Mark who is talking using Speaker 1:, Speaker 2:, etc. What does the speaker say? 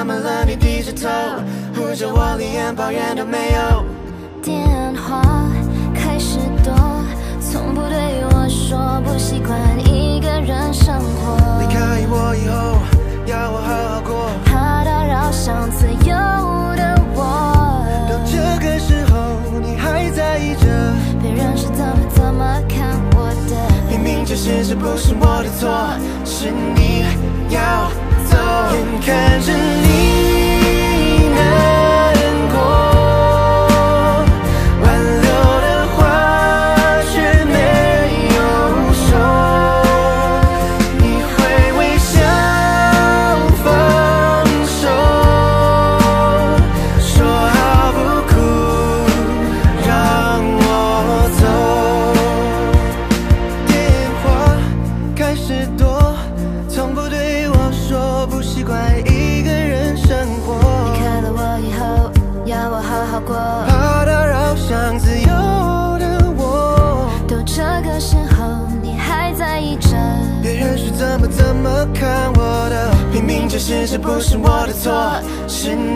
Speaker 1: 怎么了？你低着头，呼着我，连抱怨都没有。
Speaker 2: 电话开始多，从不对我说不习惯一个人生活。
Speaker 1: 离开我以后，要我好好过，
Speaker 2: 怕打扰想自由的我。
Speaker 1: 到这个时候，你还在意着
Speaker 2: 别人是怎么看我的？
Speaker 1: 明明这事不是我的错，是你要走，眼看着你难过，挽留的话却没有说，你会微笑放手，说好不哭，让我走。电话开始多，从不对我说不习惯一个人生活。
Speaker 2: 离开了我以后，要我好好过，
Speaker 1: 怕打扰想自由的我。
Speaker 2: 都这个时候，你还在意着
Speaker 1: 别人是怎么看我的？明明这事不是我的错，是你